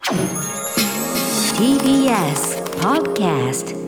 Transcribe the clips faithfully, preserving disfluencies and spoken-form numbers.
ティービーエス Podcast。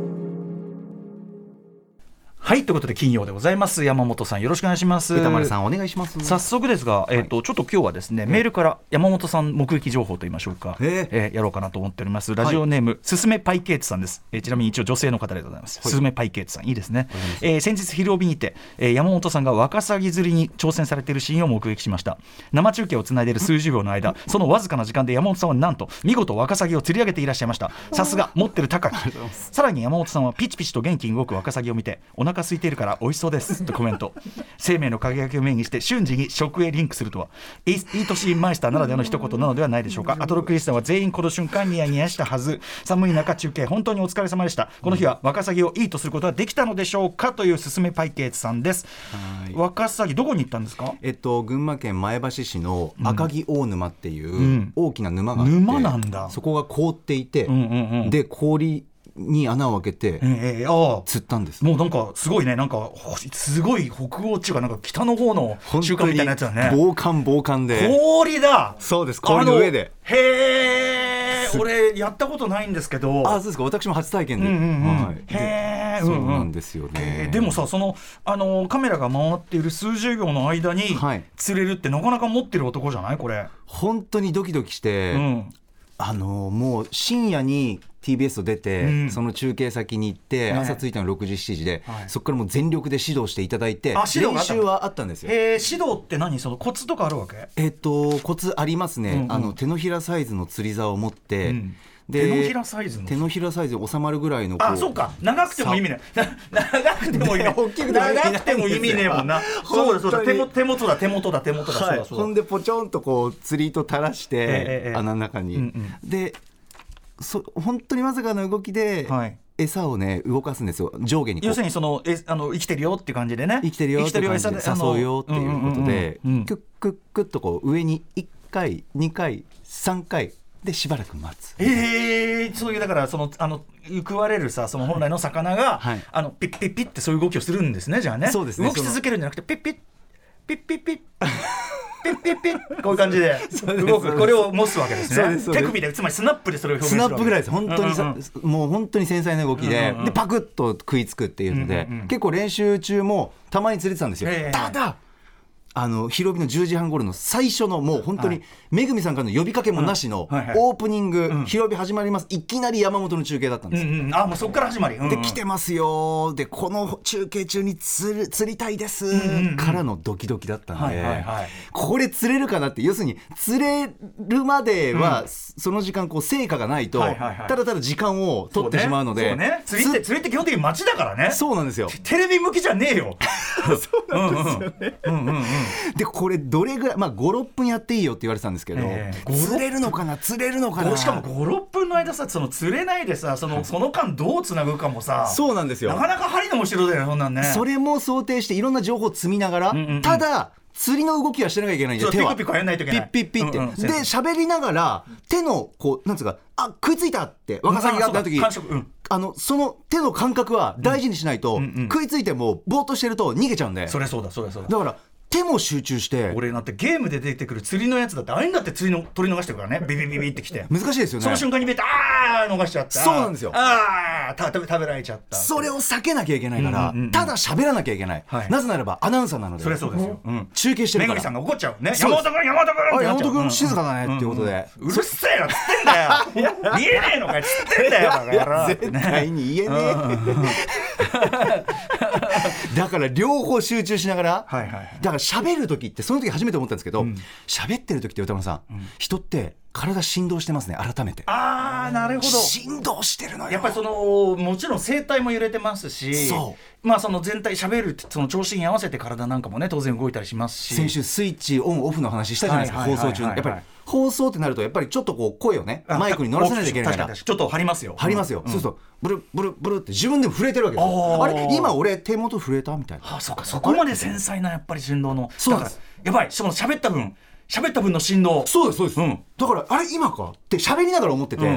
はい、ということで金曜でございます。山本さんよろしくお願いします。 歌丸さんお願いします。 早速ですが、えーとはい、ちょっと今日はですね、メールから山本さん目撃情報といいましょうか、えーえー、やろうかなと思っております。ラジオネーム、はい、すすめパイケーツさんです。えー、ちなみに一応女性の方でございます。はい、すすめパイケーツさんいいですね。えー、先日昼帯にて、えー、山本さんがワカサギ釣りに挑戦されているシーンを目撃しました。生中継をつないでいる数十秒の間、そのわずかな時間で山本さんはなんと見事ワカサギを釣り上げていらっしゃいました。さすが持ってる高き。さらに山本さんはピチピチと元気に動くワカサギを見て、お腹空いているから美味しそうですとコメント。生命の輝きを目にして瞬時に食へリンクするとは、いい年マイスターならではの一言なのではないでしょうか。アトロクリスタンは全員この瞬間ニヤニヤしたはず。寒い中中継本当にお疲れ様でした。この日はワカサギをいいとすることはできたのでしょうか、というすすめパイケーツさんです。はい、ワカサギどこに行ったんですか。 えっと群馬県前橋市の赤城大沼っていう大きな沼があって、 沼なんだ。 そこが凍っていて、 うんうんうん、で氷に穴を開けて釣ったんです。 もうなんかすごいね、なんかすごい北欧っていうか、なんか北の方の中華みたいなやつだね。 防寒防寒で氷だ。 そうです、氷の上で。 へー、俺やったことないんですけど。 あ、そうですか。私も初体験で、うんうんうん、はい、 へー、 そうなんですよね。 でもさ、そのあのカメラが回っている数十秒の間に釣れるってなかなか持ってる男じゃないこれ。 本当にドキドキして、うん、あのもう深夜にティービーエス と出て、うん、その中継先に行って、ね、朝着いたのろくじしちじで、はい、そこからもう全力で指導していただいて、練習はあったんですよ。 えー、指導って何、そのコツとかあるわけ。 えー、っとコツありますね。うんうん、あの手のひらサイズの釣り竿を持って、うん、で手のひらサイズの手のひらサイズで収まるぐらいの。 あ、そうか、長くても意味ない長くても意味ない大きくても長くても意味ねえもんな。そうだそうだ、手元手元だ手元だ手元だ、はい、そうだそうだ。 ほんでポチョンとこう釣り糸垂らして、えーえー、穴の中に、うんうん、でそ本当にわずかな動きで、はい、餌をね動かすんですよ、上下に。 要するにそのえあの生きてるよっていう感じでね、 生きてるよって感じで誘うよっていうことで、クックックッとこう上にいっかいにかいさんかいでしばらく待つ。 えー、そういうだからそのあの食われるさ、その本来の魚が、はい、あのピッピッピッってそういう動きをするんですね。じゃあね、 そうですね、 動き続けるんじゃなくてピッピッピッピッピッピッピッピッこういう感じで動く、これを持つわけですね。手首で、つまりスナップでそれを表現するわけ。 スナップぐらいです本当に、うんうん、もう本当に繊細な動きで、うんうん、でパクッと食いつくっていうので、うんうんうん、結構練習中もたまに釣れてたんですよ。ただあの昼帯のじゅうじはん頃の最初のもう本当にめぐみさんからの呼びかけもなしのオープニング、うん、昼帯始まります、いきなり山本の中継だったんですよ、 うんうん、あ、もうそこから始まり、うんうん、 で来てますよ、でこの中継中に釣る釣りたいです、うんうんうん、からのドキドキだったんで、はいはいはい、これ釣れるかなって。要するに釣れるまでは、うん、その時間こう成果がないと、はいはいはい、ただただ時間を取ってしまうので、 そうね、そうね、釣りって釣りって基本的に街だからね。 そうなんですよ、 テレビ向きじゃねえよそうなんですよね、うんうんうんうん、でこれどれぐらい、まあ、ご、ろっぷんやっていいよって言われてたんですけど、えー、釣れるのかな釣れるのかな。 しかもご、ろっぷんの間さ、その釣れないでさ、その、その間どうつなぐかもさ。 そうなんですよ、 なかなか針の面白いだよそんなんね。 それも想定していろんな情報を積みながら、うんうんうん、ただ釣りの動きはしてなきゃいけないんで、手はピッピッピッやんないといけない。 ピッピッピッって、うんうん、で喋りながら手のこうなんつうか、あ、食いついたってワカサギがあった時、うん、あのその手の感覚は大事にしないと、うんうんうん、食いついてもぼーっとしてると逃げちゃうんで。 それそうだそれそうだ。 だから手も集中して。 俺だってゲームで出てくる釣りのやつだってあれにだって釣りの取り逃してるからね、ビビビビってきて難しいですよね。 その瞬間に見て、あー逃しちゃった。 そうなんですよ。 あー食べ食べられちゃった。 それを避けなきゃいけないから、うんうんうん、ただ喋らなきゃいけない、はい、なぜならばアナウンサーなので。 それそうですよ、うん、 中継してるから。 めぐみさんが怒っちゃうね。山本君山本君あ山本君静かだね、うん、っていうことで、 うんうん、うるせえなっつってんだよ見えねえのかっつってんだよバカ野郎。 絶対に言えねえだから両方集中しながら、はいはいはい、だから喋る時ってその時初めて思ったんですけど、喋、うん、ってる時って歌丸さん、うん、人って体振動してますね。改めて。 あーなるほど、 振動してるのよ。 やっぱりそのもちろん声帯も揺れてますし、そうまあその全体喋るってその調子に合わせて体なんかもね当然動いたりしますし、 先週スイッチオンオフの話したじゃないですか、はいはいはいはい、放送中にやっぱり放送ってなるとやっぱりちょっとこう声をねマイクに乗らせないといけないから、 ちょっと張りますよ張りますよ、うん、そうするとブルブルブルって自分でも震えてるわけですよ。あれ今俺手元震えたみたいな、 あ、そうか、そこまで繊細なやっぱり振動の。そうです。やばい、しかも喋った分喋った分の振動。 そうですそうです、うん、だからあれ今かって喋りながら思ってて、うん、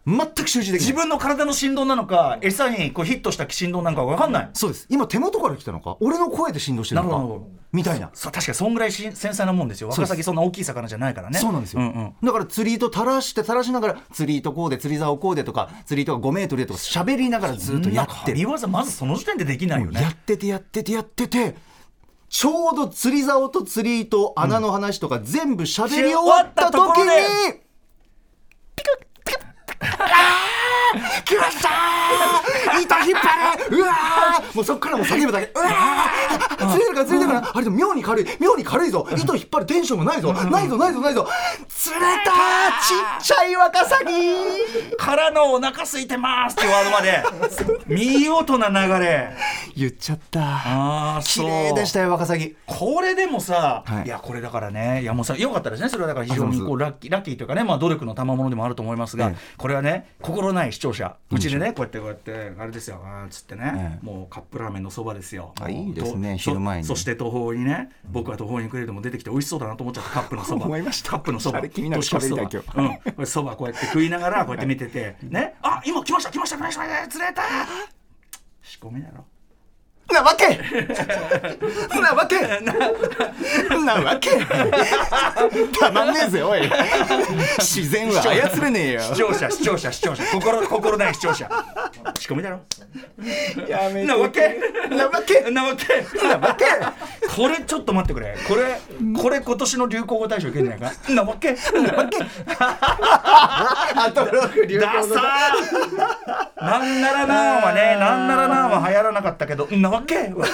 全く集中できない。 自分の体の振動なのか餌にこうヒットした振動なのか分かんない。 そうです。今手元から来たのか俺の声で振動してるのかみたいな。 そう確かにそんぐらい繊細なもんですよ。ワカサギそんな大きい魚じゃないからね。 そうなんですよ、うんうん、だから釣り糸垂らして垂らしながら釣り糸こうで釣り竿こうでとか釣り糸がごメートルでとか喋りながらずっとやってる。 神業まずその時点でできないよね。 やっててやっててやっててちょうど釣り竿と釣り糸穴の話とか全部喋り終わった時に、うん、ピクッピクッ来ましたー糸引っ張れうわーもうそっからもう叫ぶだけうわー釣れるか釣れるかなあれでも妙に軽い妙に軽いぞ糸引っ張るテンションもないぞないぞないぞないぞ釣れたーちっちゃいワカサギからのお腹空いてますっていうワードまで見事な流れ言っちゃった。 あ綺麗でしたよワカサギ。 これでもさ、はい、いやこれだからねいやもうさよかったですね。それはだから非常にこうラッキーラッキーというかね、まあ、努力の賜物でもあると思いますが、ええ、これはね心ない視聴者うちでねこうやってこうやってあれですよあーつってね、ええ、もうカップラーメンのそばですよ。 あいいですね昼前に。 そ, そして途方にね僕は途方に暮れるも出てきて美味しそうだなと思っちゃったカップのそば思いました。 カップのそば気になる喋りだけどそばこうやって食いながらこうやって見ててねあ今来ました来ました来ました釣れた仕込みだろなわけなわけなわけたまんねえぜおい自然は操れねえよ。 視聴者視聴者視聴者心心ない視聴者仕込みだろやめてなわけなわけなわけなわけこれちょっと待ってくれこれこれ今年の流行語大賞いけんじゃないかなわけなわけあとろく流行語ダサーなんならなんはねなんならなんは流行らなかったけどなわけやだ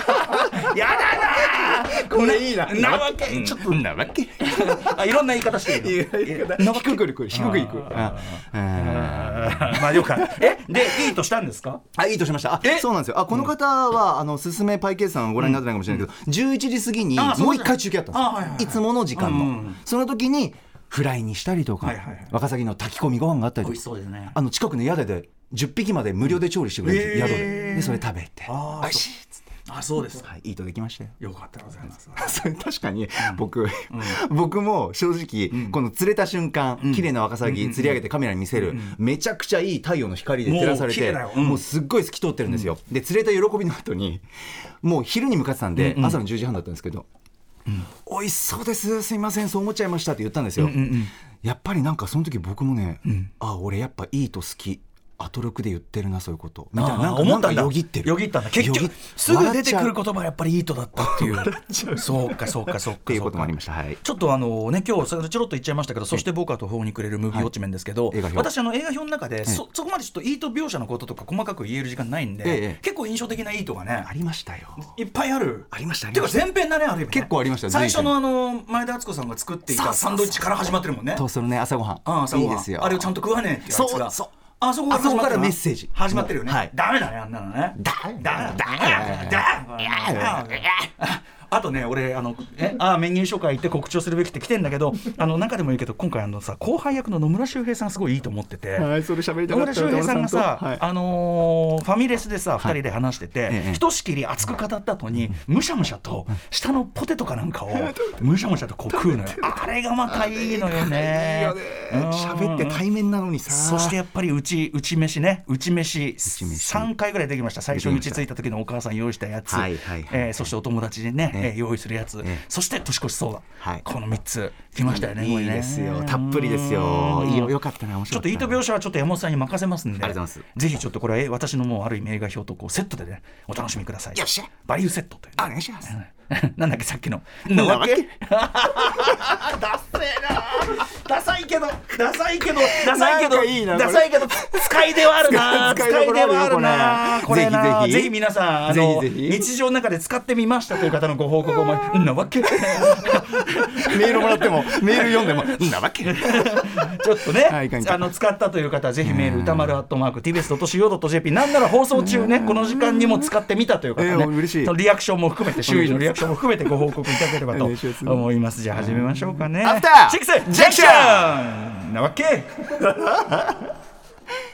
なこれいいななわけ、うん、 ちょっとなわけあいろんな言い方していいの低くいく低くいくまあよかったえでいいとしたんですか。 あいいとしました。あそうなんですよ。あこの方は、うん、あのすすめパイケースさんをご覧になってないかもしれないけど、うん、じゅういちじ過ぎにもう一回中継あったんですよ、はいはいはい、いつもの時間の、うん、その時にフライにしたりとか、はいはいはい、ワカサギの炊き込みご飯があったりとか、 美味しそうですね、 あの近くの宿でじゅっぴきまで無料で調理してくれるんですよ、えー、宿ででそれ食べて美味しいっつってあそうです、 はい、いいとできましたよ。 よかったでございますそれ確かに僕、うん、僕も正直、うん、この釣れた瞬間、うん、綺麗なワカサギ釣り上げてカメラに見せる、うん、めちゃくちゃいい太陽の光で照らされてもう、うん、もうすっごい透き通ってるんですよ、うん、で釣れた喜びの後にもう昼に向かってたんで、うんうん、朝のじゅうじはんだったんですけど、うん、美味しそうですすいませんそう思っちゃいましたって言ったんですよ、うんうんうん、やっぱりなんかその時僕もね、うん、あ俺やっぱいいと好きアトロクで言ってるなそういうことみたいななんか思ったんだよぎってるよぎったんだ結局すぐ出てくる言葉はやっぱりいいとだったっていうそうかそうかそうかっていうこともありました、はい、 ちょっとあのね今日ちょろっと言っちゃいましたけどそして僕は途方に暮れるムービーウォッチメンですけど、はい、私あの映画表の中で そ, そこまでちょっとイート描写のこととか細かく言える時間ないんで、ええ、結構印象的なイートがねありましたよいっぱいあるありましたてか前編だねある意味ね結構ありました最初のあの前田敦子さんが作っていたサンドイッチから始まってるもんねそうそのね朝ごはんあ朝ごはんいいですよあれをちゃんと食わねえっていうやつがそうあそこから始まからメッセージ始まってるよね、はい、ダメだねあんなのねダメだダメだあとね俺あのえあメニュー紹介行って告知をするべきって来てんだけどあの中でもいいけど今回あのさ後輩役の野村周平さんすごいいいと思ってて、 はい、それ喋りたかった野村周平さんがさ、はい、あのー、ファミレスでさふたりで話してて、はい、ひとしきり熱く語った後に、うん、むしゃむしゃと下のポテトかなんかをむしゃむしゃとこう食うのよあれがまたいいのよね喋って対面なのにさそしてやっぱりうちうち飯ねうち飯さんかいぐらいできました最初にうち着いた時のお母さん用意したやつ、はいはいはいえー、そしてお友達でね、ねえー、用意するやつそして年越しそば、はい、このみっつ来ましたよね。 いいですよたっぷりですよいいよよかったな面白かったな。 ちょっとイート描写はちょっと山本さんに任せますんでありがとうございますぜひちょっとこれは私のもうある意味映画表とこうセットでねお楽しみください。 よっしゃバリューセットという、ね、 お願いしますなんだっけさっきのなわけダセえなダサいけどダサいけどダサいけどいいダサいけど使いではあるな使いではあるなこれなぜひぜひ皆さんあの日常の中で使ってみましたという方のご報告をなわけメールもらってもメール読んでもなわけちょっとね、はい、あの使ったという方はぜひメール歌丸アットマーク ティービーエスドットシーオードットジェーピー なんなら放送中ねこの時間にも使ってみたという方ね、えー、嬉しいリアクションも含めて周囲のリアクションも含めてご報告いただければと思います。じゃあ始めましょうかね。 アフターシックスジャンクションなわけ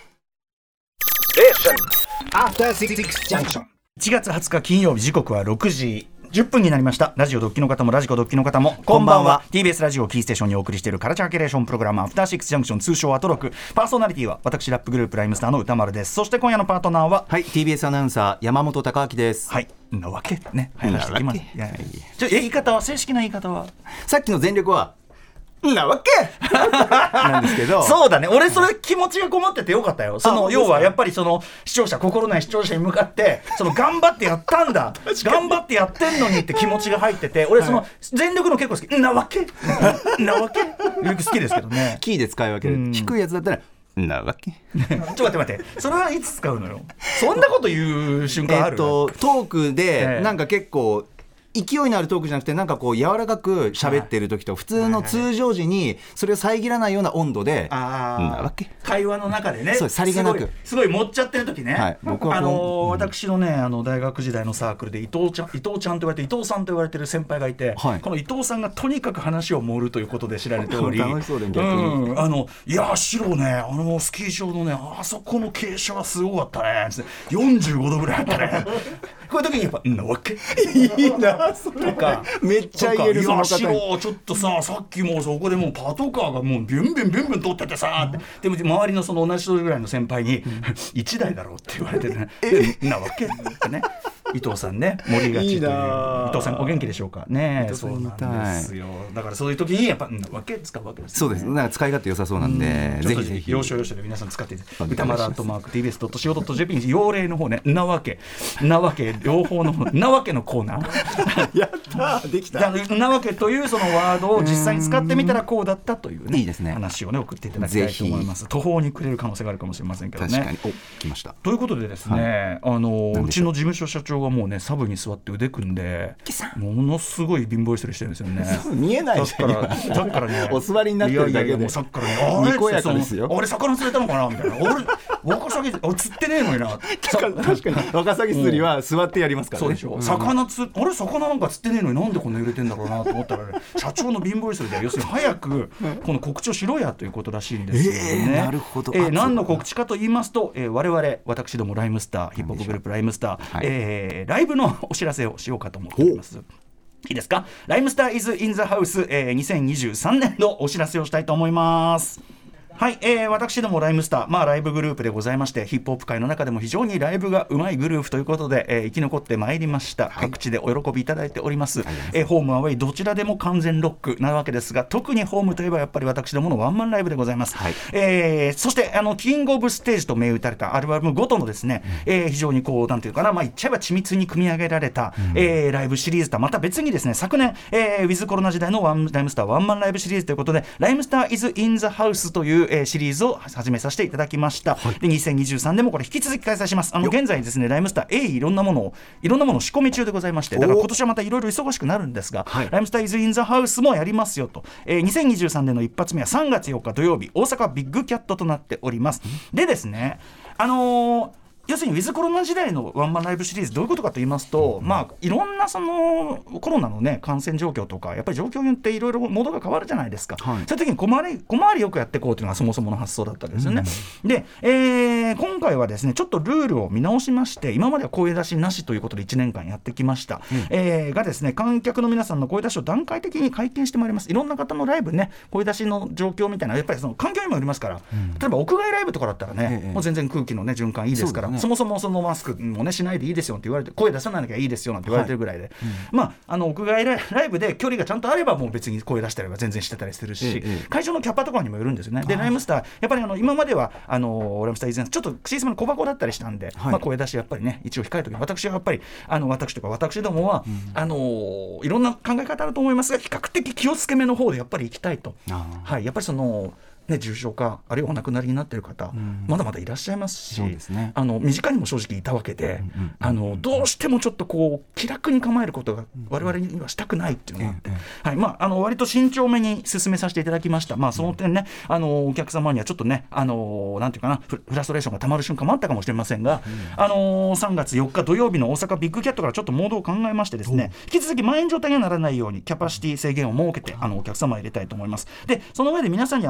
アフターシックスジャンクションいちがつはつか金曜日時刻はろくじじゅっぷんになりました。ラジオドッキの方もラジコドッキの方もこんばんは。 ティービーエス ラジオキーステーションにお送りしているカルチャーキュレーションプログラムアフターシックスジャンクション、通称アトロク。パーソナリティは私ラップグループライムスターの歌丸です。そして今夜のパートナーははい ティービーエス アナウンサー山本貴明です。 はいなわけね、はい、 なわけ、 いやいやじゃ言い方は正式な言い方はさっきの全力はなわけなんですけどそうだね、俺それ気持ちがこもっててよかったよ。その要はやっぱりその視聴者、心ない視聴者に向かってその頑張ってやったんだ頑張ってやってんのにって気持ちが入ってて、俺その全力の結構好きなわけなわけ好きですけどね。 キーで使い分ける、低いやつだったらなわけちょっと待って待って、それはいつ使うのよ。そんなこと言う瞬間ある、 えー、とトークでなんか結構勢いのあるトークじゃなくて、なんかこう柔らかく喋ってる時と普通の通常時にそれを遮らないような温度であなわけ会話の中でね、 そうさりげなくすごい、すごい持っちゃってる時ね、 はい、僕はあのーうん、 私のねあの大学時代のサークルで伊藤ちゃん伊藤ちゃんと言われて伊藤さんと言われてる先輩がいて、はい、この伊藤さんがとにかく話を盛るということで知られており楽しそうで逆に、 うん、あのいや白ねあのスキー場のねあそこの傾斜はすごかったねよんじゅうごどぐらいあったねこういう時にやっぱ「んなわけ」いいなそれとかめっちゃ言えるその方に。 いや白ちょっとささっきもそこでもうパトカーがもうビュンビュンビュンビュン通っててさ、うん、でも周りのその同じ人ぐらいの先輩にいちだいだろうって言われてね「なわけ」ってね伊藤さんね盛りがちという。いいな伊藤さんお元気でしょうかね。そうなんですよ。だからそういう時にやっぱ「なわけ」使うわけです、ね、 そうです。なんか使い勝手良さそうなんで、 うん、ぜひぜひ要所要所で皆さん使って歌丸アットマーク ティービーエスドットシーオードットジェーピー に用例の方ねなわけなわけ両方のなわけのコーナーやったできたなわけというそのワードを実際に使ってみたらこうだったという、ね、 いいですね、 話をね送っていただきたいと思います。途方に暮れる可能性があるかもしれませんけどね。 確かにお来ました。 ということでですね、はい、あのうちの事務所社長がもうねサブに座って腕組んでものすごい貧乏ゆすりしてるんですよね。 見えないじゃん。 だからねお座りになってるだけでいやいやもうさっきからねにこやかですよ。 あれ魚釣れたのかなみたいな俺ワカサギ釣ってねえのにな確かにワカサギ釣りは座ってやりますからね。 そうでしょ、うん、魚つあれ魚なんか釣ってねえのになんでこんな揺れてんだろうなと思ったら、ね、社長の貧乏ゆすりで要するに早くこの告知をしろやということらしいんですよね。 えー、なるほど、 えー、何の告知かと言いますと、えー、我々私どもライムスターヒップホップグループライムスター、はいえー、ライブのお知らせをしようかと思っております。いいですか。ライムスター is in the house、えー、にせんにじゅうさんねんのお知らせをしたいと思います。はい、えー、私どもライムスター、まあ、ライブグループでございまして、ヒップホップ界の中でも非常にライブがうまいグループということで、えー、生き残ってまいりました、はい、各地でお喜びいただいております、はいえー、ホームアウェイどちらでも完全ロックなわけですが、特にホームといえばやっぱり私どものワンマンライブでございます、はいえー、そしてあのキングオブステージと銘打たれたアルバムごとのですね、うんえー、非常にこうなんていうかな、まあ、言っちゃえば緻密に組み上げられた、うんえー、ライブシリーズとまた別にですね、昨年、えー、ウィズコロナ時代のワンライムスターワンマンライブシリーズということで、ライムスター is in the house という、えー、シリーズを始めさせていただきました、はい、でにせんにじゅうさんねんもこれ引き続き開催します。あの現在ですねライムスター A いろんなものをいろんなものを仕込み中でございまして、だから今年はまたいろいろ忙しくなるんですが、はい、ライムスター is in the house もやりますよと、えー、にせんにじゅうさんねんの一発目はさんがつよっか土曜日大阪ビッグキャットとなっております。でですねあのー要するにウィズコロナ時代のワンマンライブシリーズどういうことかと言いますと、うんまあ、いろんなそのコロナの、ね、感染状況とかやっぱり状況によっていろいろモードが変わるじゃないですか、はい、そういう時に小回り小回りよくやっていこうというのがそもそもの発想だったんですよね、うん、で、えー、今回はですねちょっとルールを見直しまして、今までは声出しなしということでいちねんかんやってきました、うんえー、がですね観客の皆さんの声出しを段階的に解禁してまいります。いろんな方のライブね声出しの状況みたいなやっぱりその環境にもよりますから、うん、例えば屋外ライブとかだったらね、ええ、もう全然空気の、ね、循環いいですから、 そ, ね、そもそもそのマスクも、ね、しないでいいですよって言われて、声出さなきゃいいですよなんて言われてるぐらいで、はいうんまあ、あの屋外ライブで距離がちゃんとあればもう別に声出したりは全然してたりするし、ええ、会場のキャパとかにもよるんですよね。でライムスターやっぱりあの今まではあのライムスター以前ちょっとシーズンの小箱だったりしたんで、はいまあ、声出しやっぱりね一応控えとき私はやっぱりあの私とか私どもは、うん、あのいろんな考え方あると思いますが比較的気をつけめの方でやっぱり行きたいと、はい、やっぱりそのね、重症化あるいはお亡くなりになっている方、うん、まだまだいらっしゃいますし、そうですね、あの身近にも正直いたわけで、うんうんうん、あのどうしてもちょっとこう気楽に構えることが我々にはしたくないっていうのがあって、うんうんはいまあ、あの割と慎重めに進めさせていただきました。まあ、その点ねあのお客様にはちょっとねあのなんていうかなフラストレーションがたまる瞬間もあったかもしれませんが、うんあのさんがつよっか土曜日の大阪ビッグキャットからちょっとモードを考えましてですね、引き続き満員状態にはならないようにキャパシティ制限を設けてあのお客様を入れたいと思います。でその上で皆さんにはマスクを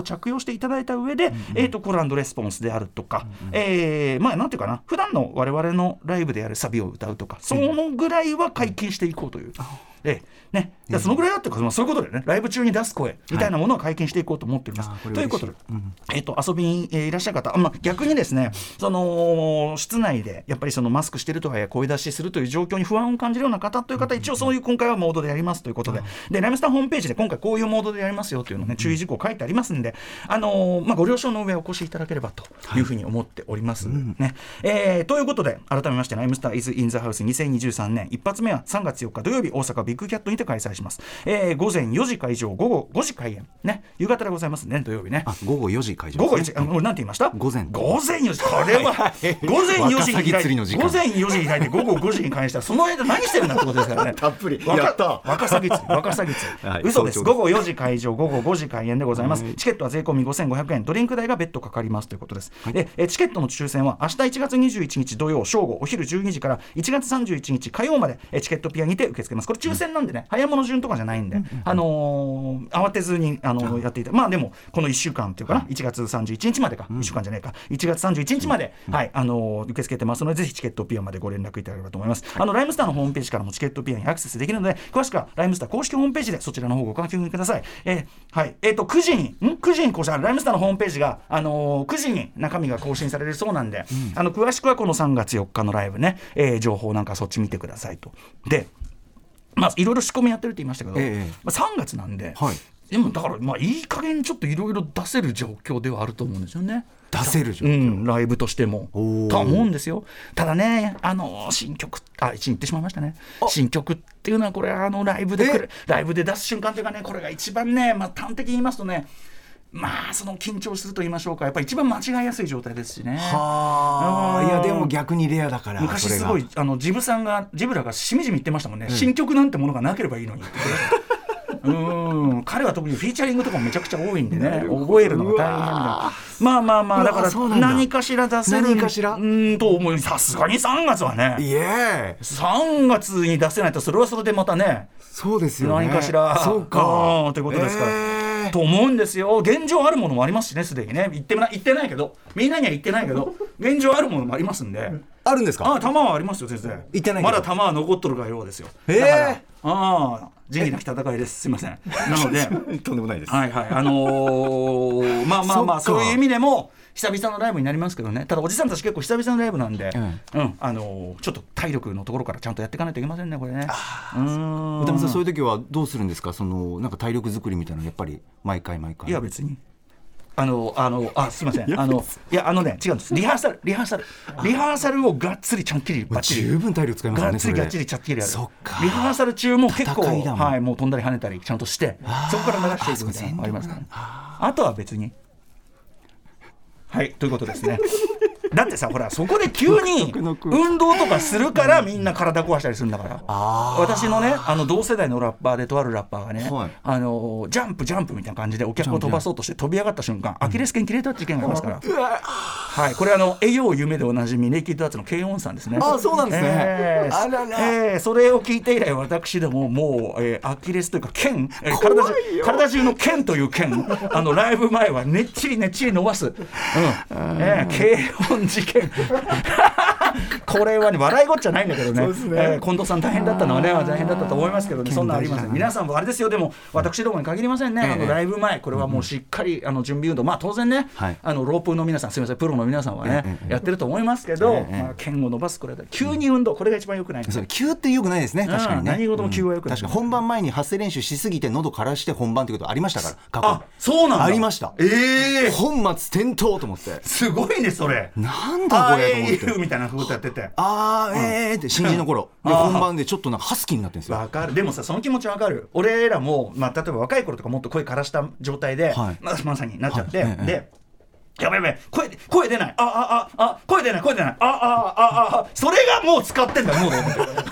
着用していただいた上で、うんうん、えー、とコール&レスポンスであるとか、うんうん、えー、まあなんていうかな、普段の我々のライブでやるサビを歌うとか、そのぐらいは解禁していこうという、うん、えーね、そのぐらいだっていうか、まあ、そういうことでね、ライブ中に出す声みたいなものを解禁していこうと思っています、はい、ということで、うん、えー、と遊びに、えー、いらっしゃる方、まあ、逆にですね、その室内でやっぱりそのマスクしてるとはいえ声出しするという状況に不安を感じるような方という方、一応そういう今回はモードでやりますということで、でライムスターホームページで今回こういうモードでやりますよというのね、注意事項書いてありますんで、あのーまあ、ご了承の上お越しいただければというふうに思っております、はい、ね、えー、ということで改めましてライムスター is in the house にせんにじゅうさんねん一発目はさんがつよっか土曜日、大阪ビッグキャットにて開催します。えー、午前よじ会場、午後ごじ開演ね、夕方でございますね、土曜日ね。 あ、午後よじ会場、 午後よじ、あ、俺なんて言いました？ 午前午前よじ、これは午前よじに開いて午前よじに開いて午後ごじに開演したらその間何してるんだってことですからね。 たっぷりやった。 若さぎつ若さぎつ、はい、嘘です。午後よじ会場、午後ごじ開演でございます。チケットは税込みごせんごひゃくえん、ドリンク代が別途かかりますということです、はい、でえチケットの抽選は明日いちがつにじゅういちにち土曜正午お昼じゅうにじからいちがつさんじゅういちにち火曜までえチケットピアにて受け付けます。これ抽選なんでね、早物順とかじゃないんで、あのー、慌てずにあのー、やっていた、まあでもこのいっしゅうかんというかな、いちがつさんじゅういちにちまでか、いっしゅうかんじゃないか、いちがつさんじゅういちにちまで、はい、あのー、受け付けてますので、ぜひチケットピアまでご連絡いただければと思います、はい、あのライムスターのホームページからもチケットピアにアクセスできるので、詳しくはライムスター公式ホームページでそちらの方をご確認ください。えー、はいえー、とくじにんくじに更新、ライムスターのホームページが、あのー、くじに中身が更新されるそうなんで、うん、あの詳しくはこのさんがつよっかのライブね、えー、情報なんかそっち見てくださいと。でまあ、いろいろ仕込みやってるって言いましたけど、ええ、まあ、さんがつなんで、はい、でもだからまあいい加減ちょっといろいろ出せる状況ではあると思うんですよね。 出せる状況、 うん、ライブとしてもとは思うんですよ。ただね、あの新曲、あ一言ってしまいましたね。新曲っていうのはこれあのライブでくるライブで出す瞬間というかね、これが一番ね、まあ、端的に言いますとね、まあその緊張すると言いましょうか、やっぱり一番間違いやすい状態ですしね。 はあ、いやでも逆にレアだから。 昔すごいあのジブさんがジブラがしみじみ言ってましたもんね、うん、新曲なんてものがなければいいのにってうん彼は特にフィーチャリングとかもめちゃくちゃ多いんでね、覚えるのが大変なんだ。まあまあまあだから何かしら出せる何かしらうんと思い、さすがにさんがつはね、 いえさんがつに出せないとそれはそれでまたね、 そうですよね、 何かしらそうかということですから、えー、と思うんですよ。現状あるものもありますしね、すでにね、言ってない言ってないけど、みんなには言ってないけど現状あるものもありますんで。 あるんですか？ あ、弾はありますよ、全然。 言ってないけどまだ弾は残っとるがようですよ。 えー、だからああ仁義なき戦いです。すいません。なのでとんでもないです。 はいはい、あのー、まあまあまあそういう意味でも久々のライブになりますけどね。ただおじさんたち結構久々のライブなんで、うんうん、あのー、ちょっと体力のところからちゃんとやっていかないといけませんね、これね。 うーん、歌間さんそういう時はどうするんですか？そのなんか体力作りみたいなのやっぱり毎回毎回。 いや別にあのあのあすみません、あのいやあのね違うんです。リハーサルリハーサルリハーサルをがっつりちゃんきりバッチリ十分体力使いますよね。 がっつりがっちりちゃっきりやる。 そっか。 リハーサル中も結構はい、もう飛んだり跳ねたりちゃんとしてそこから流していくみたいなのありますから、ね、あとは別にはいということですね。だってさほらそこで急に運動とかするからみんな体壊したりするんだから。私のねあの同世代のラッパーでとあるラッパーがね、はい、あのジャンプジャンプみたいな感じでお客を飛ばそうとして飛び上がった瞬間アキレス腱切れた事件がありますから、うん、はい、これあの栄養夢でおなじみネイキッドアーツのケイオンさんですね。 あ、そうなんですね、 えーあらら、 えー、それを聞いて以来私でももう、えー、アキレスというか腱、えー、体, 中体中の腱という腱あのライブ前はねっちりねっちり伸ばす、うん、えー、ケイオン事件これはね笑いごっちゃないんだけど ね, ね、えー、近藤さん大変だったのはね大変だったと思いますけどね、そんなありません。皆さんもあれですよ。でも私どもに限りませんね、えー、あのライブ前これはもうしっかりあの準備運動、まあ当然ね、はい、あのロープの皆さんすみませんプロの皆さんはね、えー、やってると思いますけど、えーまあ、剣を伸ばすこれだ急に運動、これが一番良くないんですよ。 急って良くないですね。確かにね、 何事も急は良くない、 うん、確か本番前に発声練習しすぎて喉枯らして本番ってことありましたから過去に。 あ、そうなんだ。 ありました。 えー、 本末転倒と思って、すごいねそれ。 なんだこれと思って、 あーみたいなことやってて、 あーえーって新人の頃で本番でちょっとなんかハスキーになってるんですよ。 わかる。でもさその気持ちわかる。俺らも、まあ、例えば若い頃とかもっと声枯らした状態で、はい、まあ、まさになっちゃって、はい、でやばいやばい 声, 声出ないああああ声出ない声出ないあああああそれがもう使ってんだもう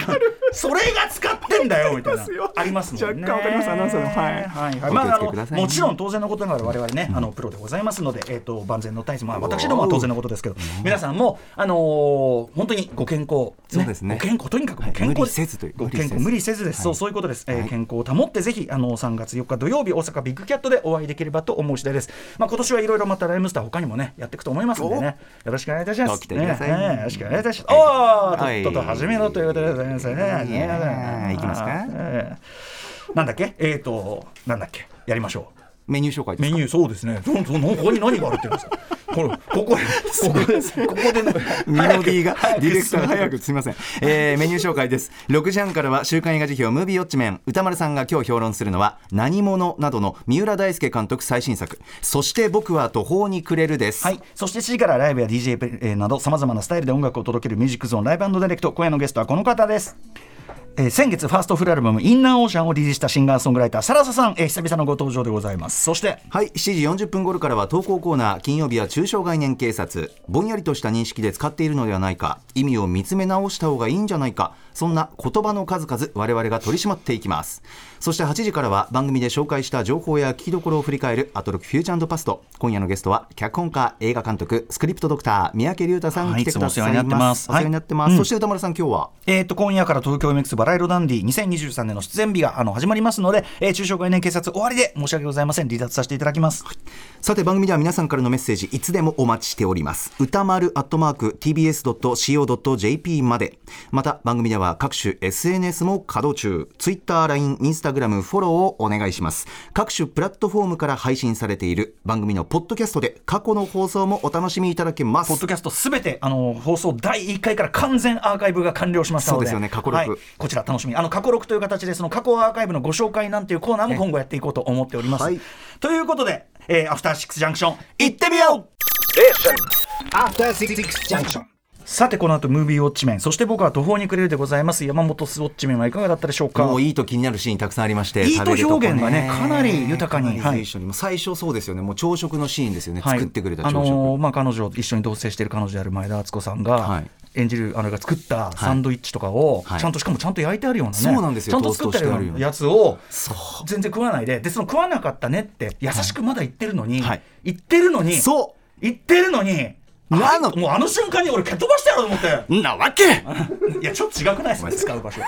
それが使ってんだよみたいなありますもんね。 若干わかりますアナウンサーのはいはいはい、 お気をつけくださいね。 もちろん当然のことながら我々ね、うん、あのプロでございますので、えー、と万全の対策、まあ、私どもは当然のことですけど、皆さんも、あのー、本当にご健康、ね、 そうですね、 ご健康とにかくはい、 健康無理せずというご健康無理せずです、はい、そうそういうことです、えーはい、健康を保ってぜひあのさんがつよっか土曜日大阪ビッグキャットでお会いできればと思う次第です。まあ、今年はいろいろまたライムスター他にもねやっていくと思いますのでね、よろしくお願いいたします。 来てください、 ねね、よろしくお願いいたします。おー、とっとと始めろということでございますね。 いきますか、 えー、なんだっけえーとなんだっけやりましょう。 メニュー紹介ですか。 メニューそうですね。どどここに何があるっていうんですか。これここここでここでねミノディーがディレクターが早くすみません、えー、メニュー紹介です。ろくじはんからは週刊映画辞表ムービーウォッチメン。歌丸さんが今日評論するのは何者などの三浦大輔監督最新作、そして僕は途方に暮れるです。 はい、そしてしちじからライブや ディージェー などさまざまなスタイルで音楽を届けるミュージックゾーンライブ&ダイレクト。今夜のゲストはこの方です。えー、先月ファーストフルアルバムインナーオーシャンをリリースしたシンガーソングライターサラサさん、えー、久々のご登場でございます。そしてはいしちじよんじゅっぷん頃からは投稿コーナー、金曜日は中小概念警察。ぼんやりとした認識で使っているのではないか、意味を見つめ直した方がいいんじゃないか、そんな言葉の数々我々が取り締まっていきます。そしてはちじからは番組で紹介した情報や聞きどころを振り返るアトロックフューチャー&パスト。今夜のゲストは脚本家、映画監督、スクリプトドクター三宅龍太さん、来てくださいます。お世話になってます、はい、そして歌丸さん今日は、 えー、と今夜から東京 エムエックス バラ色ダンディにせんにじゅうさんねんの出演日があの始まりますので、えー、中小概念警察終わりで申し訳ございません、離脱させていただきます、はい。 さて番組では皆さんからのメッセージいつでもお待ちしております。歌丸アットマーク ティービーエスドットシーオードットジェーピー まで。また番組では各種 エスエヌエス も稼働中。 Twitter、ライン、インスタグラムフォローをお願いします。各種プラットフォームから配信されている番組のポッドキャストで過去の放送もお楽しみいただけます。 ポッドキャストすべてあの放送だいいっかいから完全アーカイブが完了しましたので、 そうですよね、過去録、 はい、こちら楽しみ。あの過去録という形でその過去アーカイブのご紹介なんていうコーナーも今後やっていこうと思っております、はい、ということで、えー、アフターシックスジャンクション行ってみよう。アフターシックスジャンクション。さてこの後ムービーウォッチメン、そして僕は途方に暮れるでございます。山本スウォッチメンはいかがだったでしょうか。 もういいと気になるシーンたくさんありまして、 いいと表現がねかなり豊かに、 はい、最初そうですよね、もう朝食のシーンですよね、はい、作ってくれた朝食、 あのーまあ、彼女一緒に同棲している彼女である前田敦子さんが、はい、演じるあれが作ったサンドイッチとかを、はい、ちゃんとしかもちゃんと焼いてあるようなね、 そうなんですよ、 ちゃんと作ってあるようなやつを全然食わないで、でその食わなかったねって優しくまだ言ってるのに、はい、言ってるのにそう言ってるのにあのもうあの瞬間に俺蹴っ飛ばしてやろうと思ってなわけいやちょっと違くないですか使う場所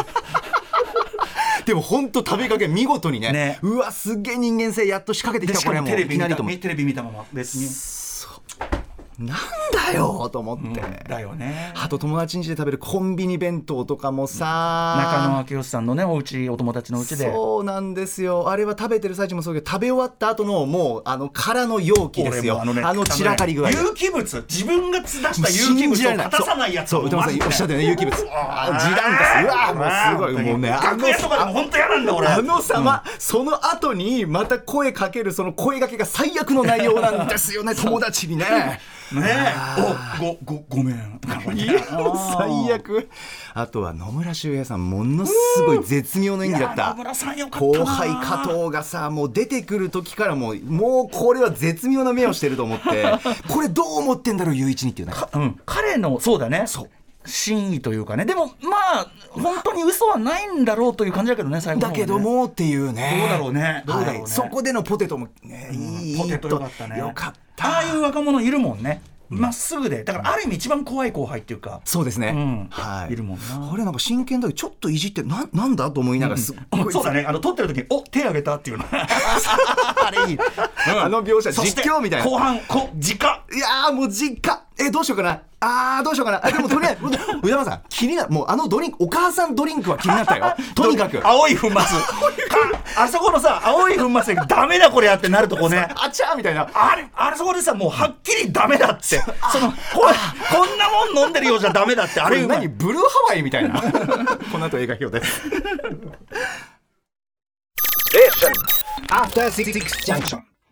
でも本当食べかけ見事に ね, ねうわすげえ人間性やっと仕掛けてきた。これもテレビ見たテレビ見たまま別になんだよと思って、うん、 だよね。 あと友達ん家で食べるコンビニ弁当とかもさ、 中野明義さんのねお家お友達の家で、 そうなんですよ。あれは食べてる最中もそうだけど食べ終わった後のもうあの空の容器ですよ。あの、ね、あの散らかり具合、 ね、有機物自分が出した有機物を片さないやつ。 そう歌丸さんおっしゃったよね有機物示談です。うわもうすごいもうね楽屋とかでも本当嫌なんだ俺あの様、うん、その後にまた声かけるその声掛けが最悪の内容なんですよね友達にねねえおごごごめんいや最悪。あとは野村周平さんものすごい絶妙な演技だった。 野村さんよかったな。 後輩加藤がさもう出てくる時からもうもうこれは絶妙な目をしてると思ってこれどう思ってんだろう雄一にっていうね、 うん、彼のそうだねそう真意というかね。でもまあ本当に嘘はないんだろうという感じだけどね最後の方ね。 だけどもっていうねどうだろうねどうだろうね、 はい、そこでのポテトもね、うん、いいポテトよかったね。 よかった。 ああいう若者いるもんねまっすぐで。だからある意味一番怖い後輩っていうかそうですね、 うんはい、 いるもんな。 これなんか真剣だけどちょっといじって な, なんだと思いながらすっごい、 うん、そうだねあの撮ってる時にお手挙げたっていうのあれいい、うん、あの描写実況みたいな後半こ実家いやもう実家えどうしようかなあーどうしようかなあでもとりあえず宇山さん気になるもうあのドリンクお母さんドリンクは気になったよとにかく青い粉末あそこのさ青い粉末でダメだこれやってなるとこねあちゃーみたいなあれあれそこでさもうはっきりダメだってそのこれこんなもん飲んでるようじゃダメだってあれ何ブルーハワイみたいなこの後映画表ですAfter シックスジャンクション